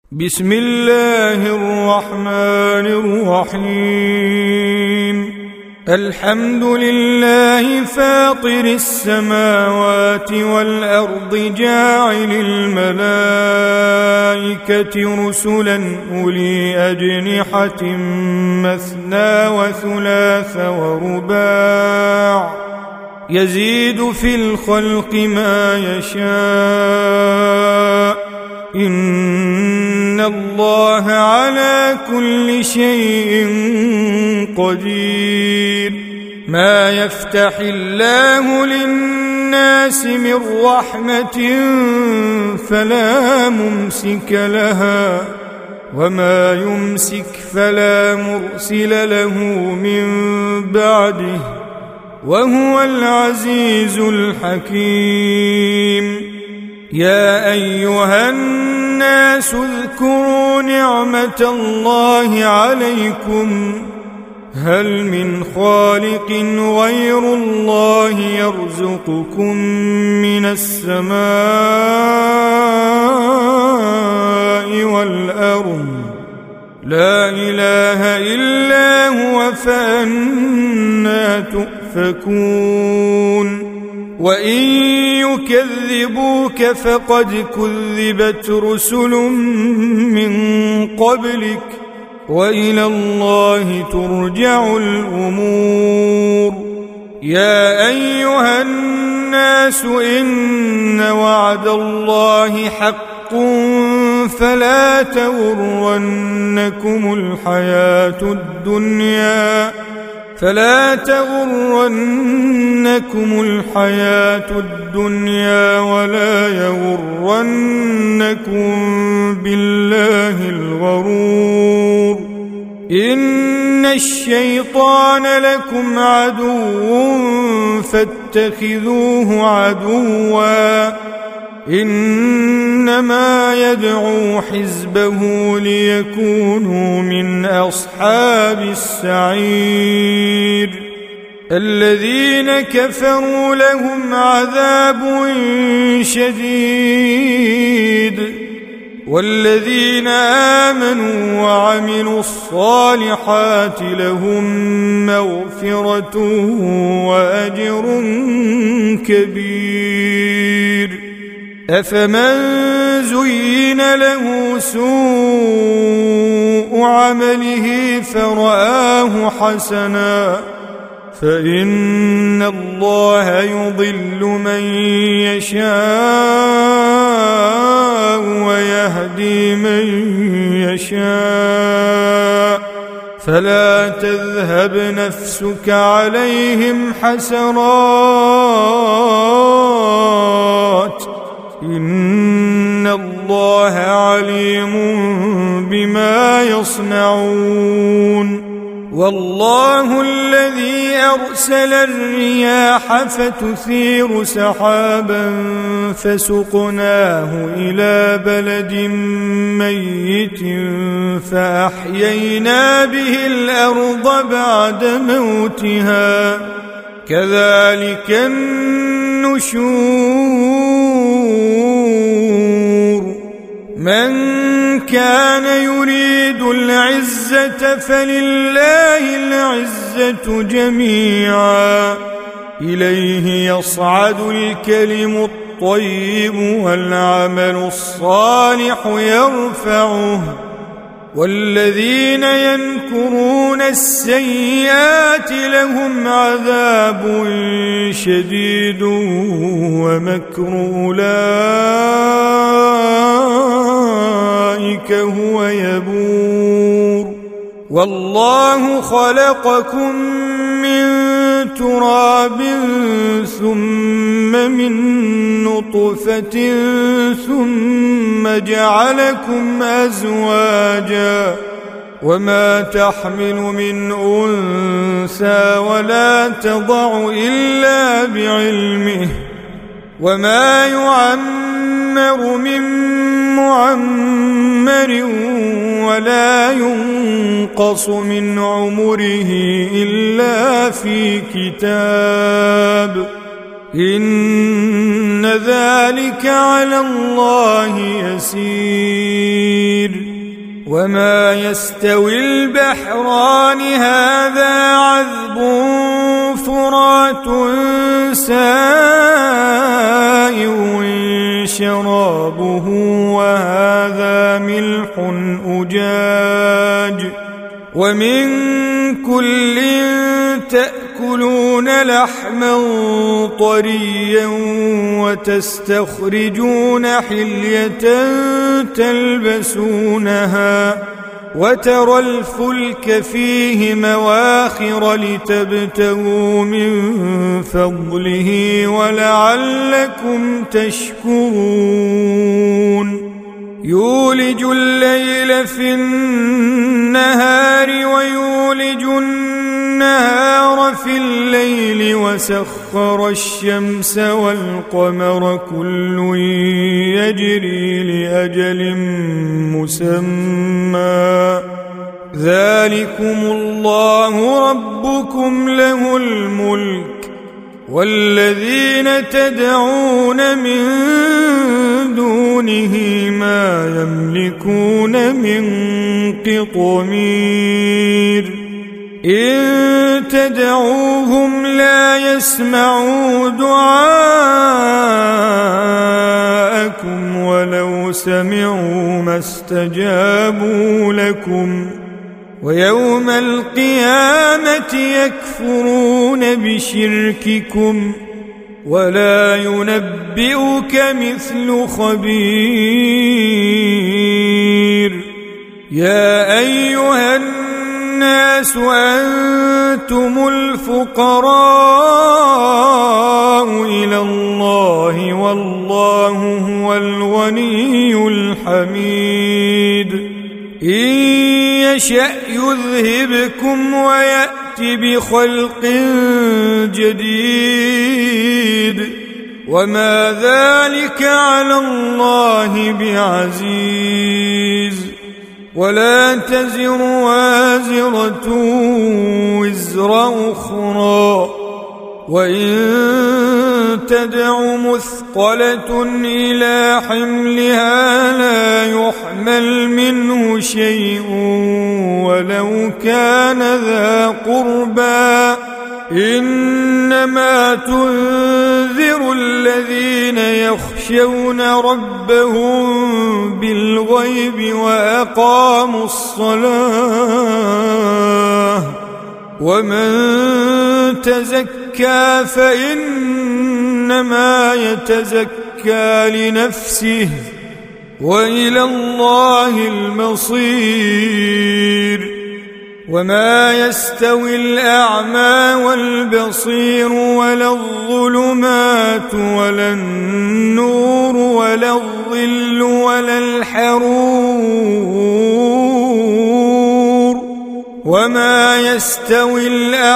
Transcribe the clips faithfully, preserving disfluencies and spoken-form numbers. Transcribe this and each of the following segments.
بسم الله الرحمن الرحيم الحمد لله فاطر السماوات والأرض جاعل الملائكة رسلا أولي أجنحة مثنى وثلاث ورباع يزيد في الخلق ما يشاء إن الله على كل شيء قدير ما يفتح الله للناس من رحمة فلا ممسك لها وما يمسك فلا مرسل له من بعده وهو العزيز الحكيم يا أيها الناس اذكروا نعمة الله عليكم هل من خالق غير الله يرزقكم من السماء والأرض لا إله إلا هو فأنى تؤفكون وإن يكذبوك فقد كذبت رسل من قبلك وإلى الله ترجع الأمور يا أيها الناس إن وعد الله حق فلا تغرنكم الحياة الدنيا فلا تغرنكم الحياة الدنيا ولا يغرنكم بالله الغرور إن الشيطان لكم عدو فاتخذوه عدوا إنما يدعو حزبه ليكونوا من أصحاب السعير الذين كفروا لهم عذاب شديد والذين آمنوا وعملوا الصالحات لهم مغفرة وأجر كبير أفمن زين له سوء عمله فرآه حسنا فإن الله يضل من يشاء ويهدي من يشاء فلا تذهب نفسك عليهم حسرات إن الله عليم بما يصنعون والله الذي أرسل الرياح فتثير سحابا فسقناه إلى بلد ميت فأحيينا به الأرض بعد موتها كذلك النشور من كان يريد العزة فلله العزة جميعا إليه يصعد الكلم الطيب والعمل الصالح يرفعه والذين ينكرون السيئات لهم عذاب شديد ومكر أولئك هو يبور والله خلقكم من تراب ثم من نطفة ثم جعلكم أزواجا وما تحمل من أنثى ولا تضع إلا بعلمه وما يعمر من معمر ولا ينقص من عمره إلا في كتاب إن ذلك على الله يسير وما يستوي البحران هذا عذب فرات سائغ شرابه وهذا ملح أجاج ومن كل تأكلون لحما طريا وتستخرجون حلية تلبسونها وترى الفلك فيه مواخر لتبتغوا من فضله ولعلكم تشكرون يولج الليل في النهار ويولج النهار في الليل وسخر الشمس والقمر كل يجري لأجل مسمى ذلكم الله ربكم له الملك والذين تدعون من دونه ما يملكون من قطمير إن تدعوهم لا يسمعوا دعاءكم ولو سمعوا ما استجابوا لكم ويوم القيامة يكفرون بشرككم ولا ينبئك مثل خبير يا أيها الناس أنتم الفقراء إلى الله والله هو الغني الحميد إن يشأ يذهبكم ويأت بخلق جديد وما ذلك على الله بعزيز ولا تزر وازرة وزر أخرى وإن تدع مثقلة إلى حملها لا يحمل منه شيء ولو كان ذا قربى إنما تنذر الذين يخشون ربهم بالغيب وأقاموا الصلاة ومن تزكى فإنما يتزكى لنفسه وإلى الله المصير وما يستوي الأعمى والبصير ولا الظلمات ولا النور ولا الظل ولا الحرور وما يستوي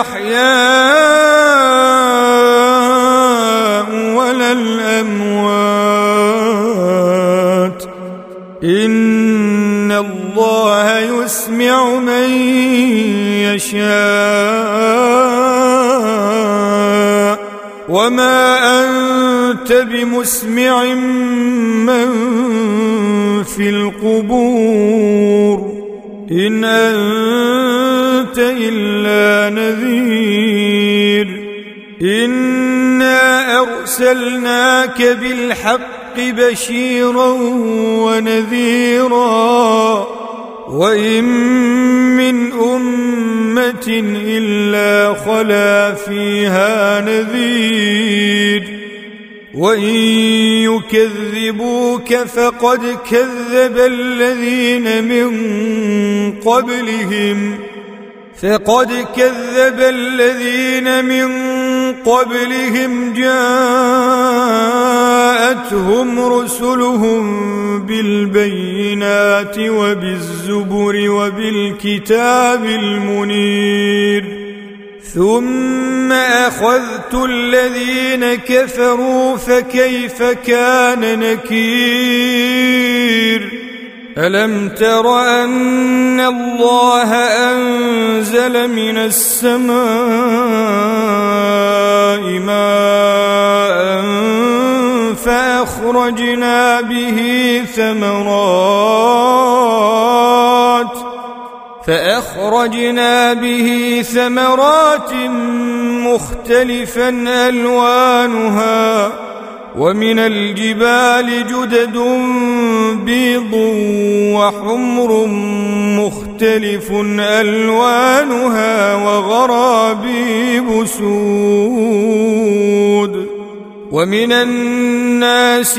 الأحياء ولا الأموات إن الله يسمع من يشاء وما أنت بمسمع من في القبور إن أنت إلا نذير إنا أرسلناك بالحق بشيرا ونذيرا وإن من أمة إلا خلا فيها نذير وإن يكذبوك فقد كذب الذين من قبلهم فقد كذب الذين من قبلهم جاءتهم رسلهم بالبينات وبالزبر وبالكتاب المنير ثم أخذت الذين كفروا فكيف كان نكير ألم تر أن الله أنزل من السماء ماء فأخرجنا به ثمرات فأخرجنا به ثمرات مختلفا ألوانها ومن الجبال جدد بيض وحمر مختلف ألوانها وغرابيب سود ومن الناس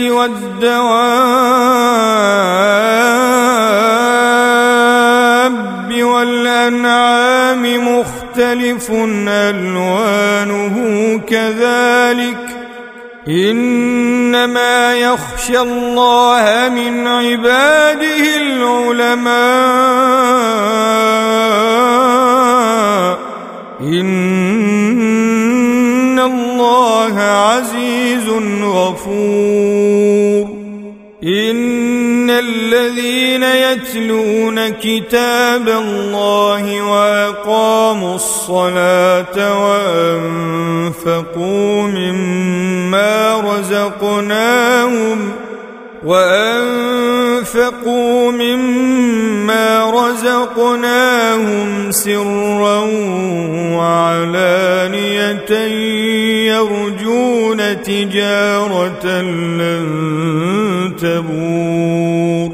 والدواب والأنعام مختلف ألوانه كذلك إنما يخشى الله من عباده العلماء إن الله عزيز غفور إن الذين يتلون كتاب الله وأقاموا الصلاة وأنفقوا مما رزقناهم وأنفقوا مما رزقناهم سرا وعلانية يرجون تجارة لن تبور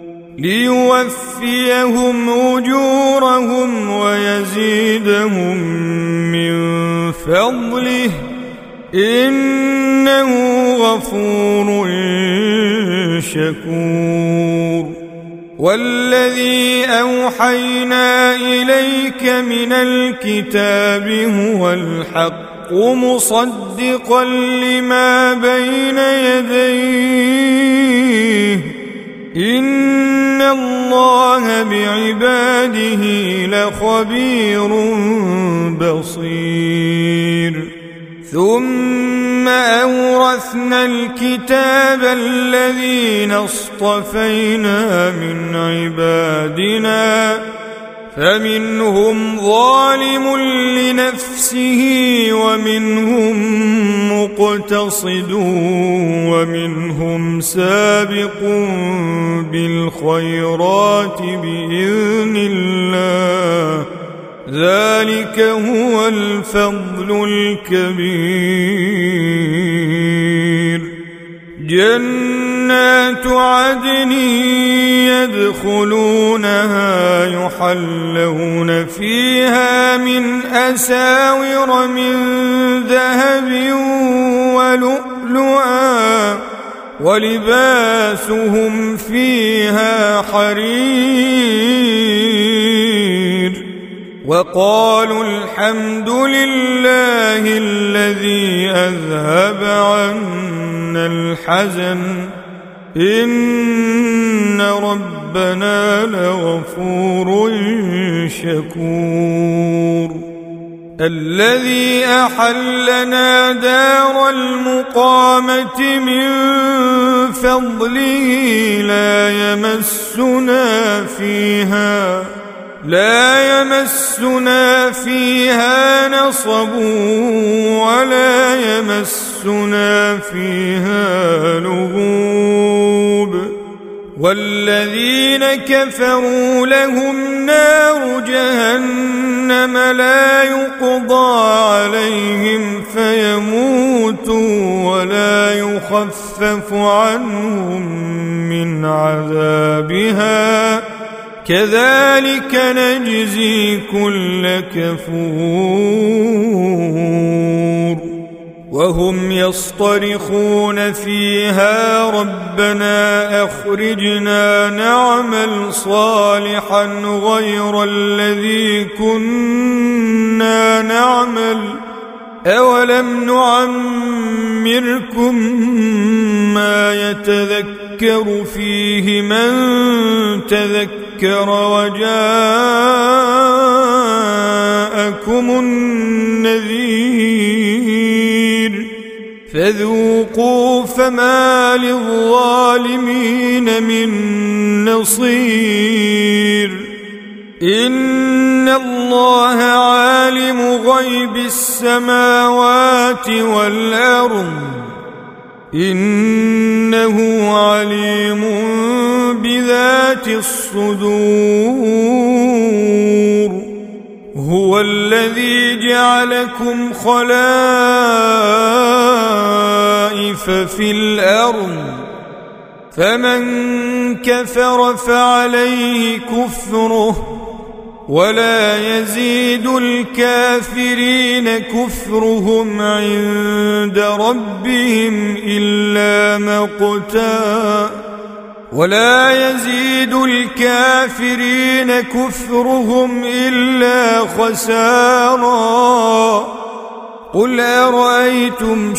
ليوفيهم أجورهم ويزيدهم من فضله إنه غفور شكور والذي أوحينا إليك من الكتاب هو الحق مصدقا لما بين يديه إن الله بعباده لخبير بصير ثم أورثنا الكتاب الذين اصطفينا من عبادنا فمنهم ظالم لنفسه ومنهم مقتصد ومنهم سابق بالخيرات بإذن الله ذلك هو الفضل الكبير جنات عدن يدخلونها يحلون فيها من أساور من ذهب ولؤلؤا ولباسهم فيها حرير وقالوا الحمد لله الذي أذهب عنا الحزن إن ربنا لغفور شكور الذي أحلنا دار المقامة من فضله لا يمسنا فيها لا يمسنا فيها نصب ولا يمسنا فيها لغوب والذين كفروا لهم نار جهنم لا يقضى عليهم فيموتوا ولا يخفف عنهم من عذابها كذلك نجزي كل كفور وهم يصطرخون فيها ربنا أخرجنا نعمل صالحا غير الذي كنا نعمل أولم نعمركم ما يتذكر فيه من تذكر وجاءكم النذير فذوقوا فما للظالمين من نصير إن الله عالم غيب السماوات والأرض إنه عليم بذات ذات الصدور هو الذي جعلكم خلائف في الأرض فمن كفر فعليه كفره ولا يزيد الكافرين كفرهم عند ربهم إلا مقتا ولا يزيد الكافرين كفرهم إلا خسارا قل أرأيتم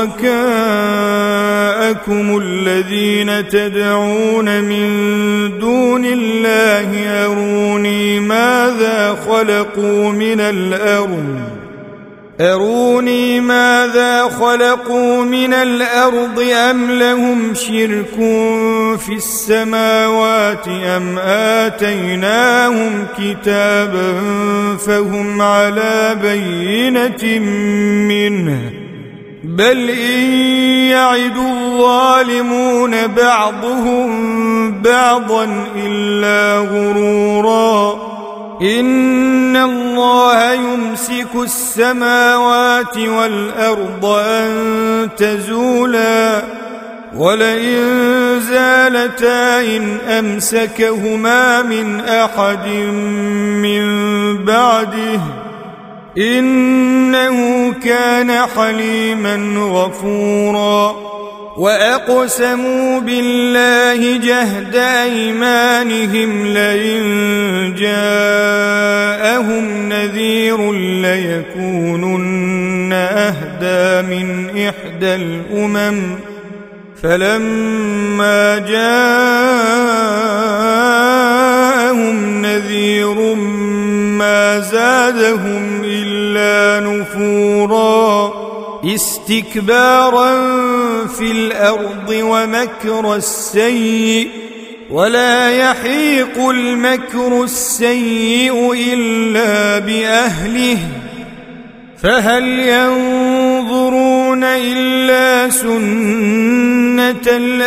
شركاءكم الذين تدعون من دون الله أروني ماذا خلقوا من الأرض أروني ماذا خلقوا من الأرض أم لهم شرك في السماوات أم آتيناهم كتابا فهم على بينة منه بل إن يعد الظالمون بعضهم بعضا إلا غرورا إن الله يمسك السماوات والأرض أن تزولا ولئن زالتا إن أمسكهما من أحد من بعده إنه كان حليما غفورا وأقسموا بالله جهد أيمانهم لئن جاءهم نذير ليكونن أهدى من إحدى الأمم فلما جاءهم نذير ما زادهم إلا نفورا استكبارا في الأرض ومكر السيء ولا يحيق المكر السيء إلا بأهله فهل ينظرون إلا سنة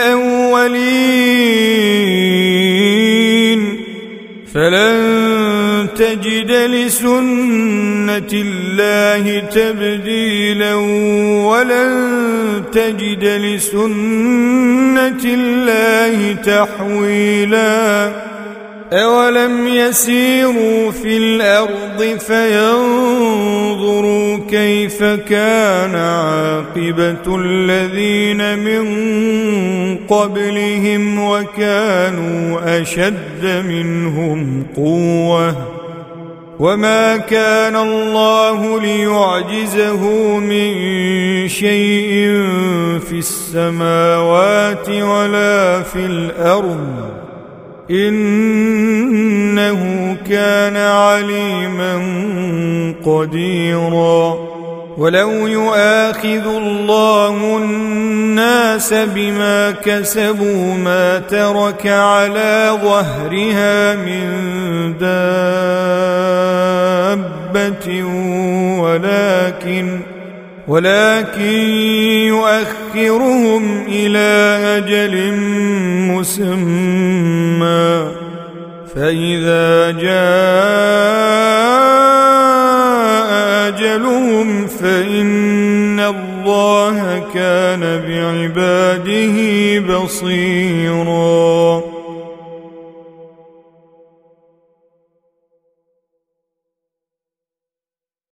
الأولين فلن تجد لسنة الله تبديلا ولن تجد لسنة الله تحويلا أولم يسيروا في الأرض فينظروا كيف كان عاقبة الذين من قبلهم وكانوا أشد منهم قوة وما كان الله ليعجزه من شيء في السماوات ولا في الأرض إنه كان عليما قديرا ولو يؤاخذ الله الناس بما كسبوا ما ترك على ظهرها من دابة ولكن ولكن يؤخرهم إلى أجل مسمى فإذا جاء أجلهم فإن الله كان بعباده بصيراً